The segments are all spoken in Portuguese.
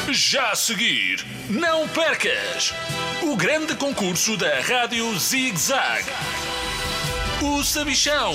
Já a seguir, não percas o grande concurso da Rádio Zig Zag, o Sabichão.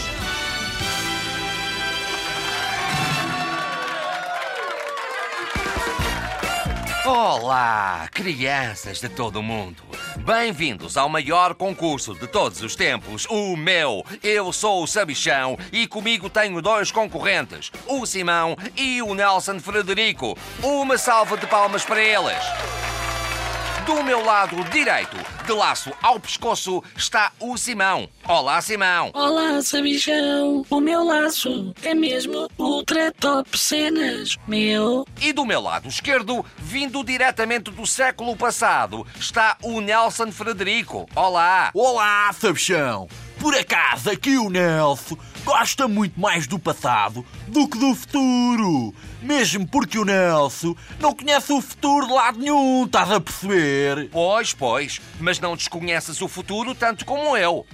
Olá, crianças de todo o mundo. Bem-vindos ao maior concurso de todos os tempos, o meu. Eu sou o Sabichão e comigo tenho dois concorrentes, o Simão e o Nelson Frederico. Uma salva de palmas para eles. Do meu lado direito, de laço ao pescoço, está o Simão. Olá, Simão. Olá, Sabichão. O meu laço é mesmo ultra top cenas, meu. E do meu lado esquerdo, vindo diretamente do século passado, está o Nelson Frederico. Olá. Olá, Sabichão. Por acaso, aqui o Nelson gosta muito mais do passado do que do futuro. Mesmo porque o Nelson não conhece o futuro de lado nenhum, estás a perceber? Pois, mas não desconheces o futuro tanto como eu.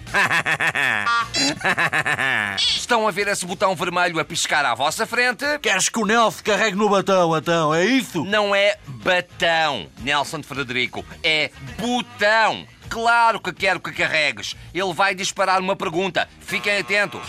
Estão a ver esse botão vermelho a piscar à vossa frente? Queres que o Nelson carregue no batão, então, é isso? Não é batão, Nelson Frederico, é botão. Claro que quero que carregues. Ele vai disparar uma pergunta. Fiquem atentos.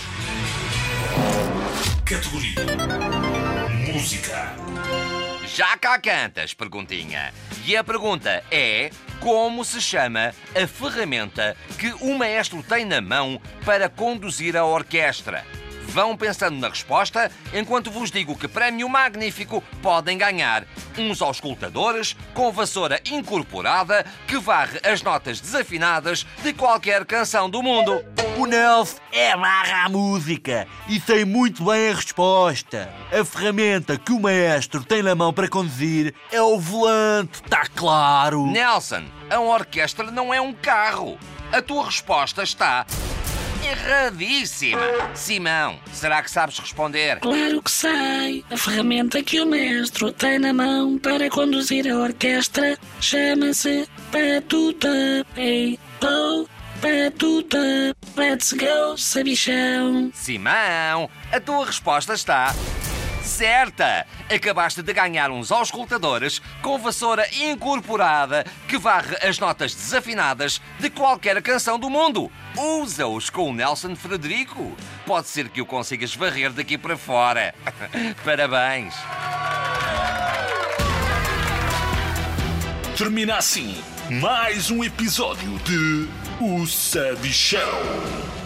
Categoria Música. Já cá cantas, perguntinha. E a pergunta é: como se chama a ferramenta que o maestro tem na mão para conduzir a orquestra? Vão pensando na resposta, enquanto vos digo que prémio magnífico podem ganhar. Uns auscultadores com vassoura incorporada que varre as notas desafinadas de qualquer canção do mundo. O Nelson é barra à música e sei muito bem a resposta. A ferramenta que o maestro tem na mão para conduzir é o volante, está claro? Nelson, a orquestra não é um carro. A tua resposta está erradíssima. Simão, será que sabes responder? Claro que sei. A ferramenta que o maestro tem na mão para conduzir a orquestra chama-se batuta. Hey, go, batuta. Let's go, Sabichão. Simão, a tua resposta está certa! Acabaste de ganhar uns auscultadores com vassoura incorporada que varre as notas desafinadas de qualquer canção do mundo. Usa-os com o Nelson Frederico. Pode ser que o consigas varrer daqui para fora. Parabéns! Termina assim mais um episódio de O Sabichão.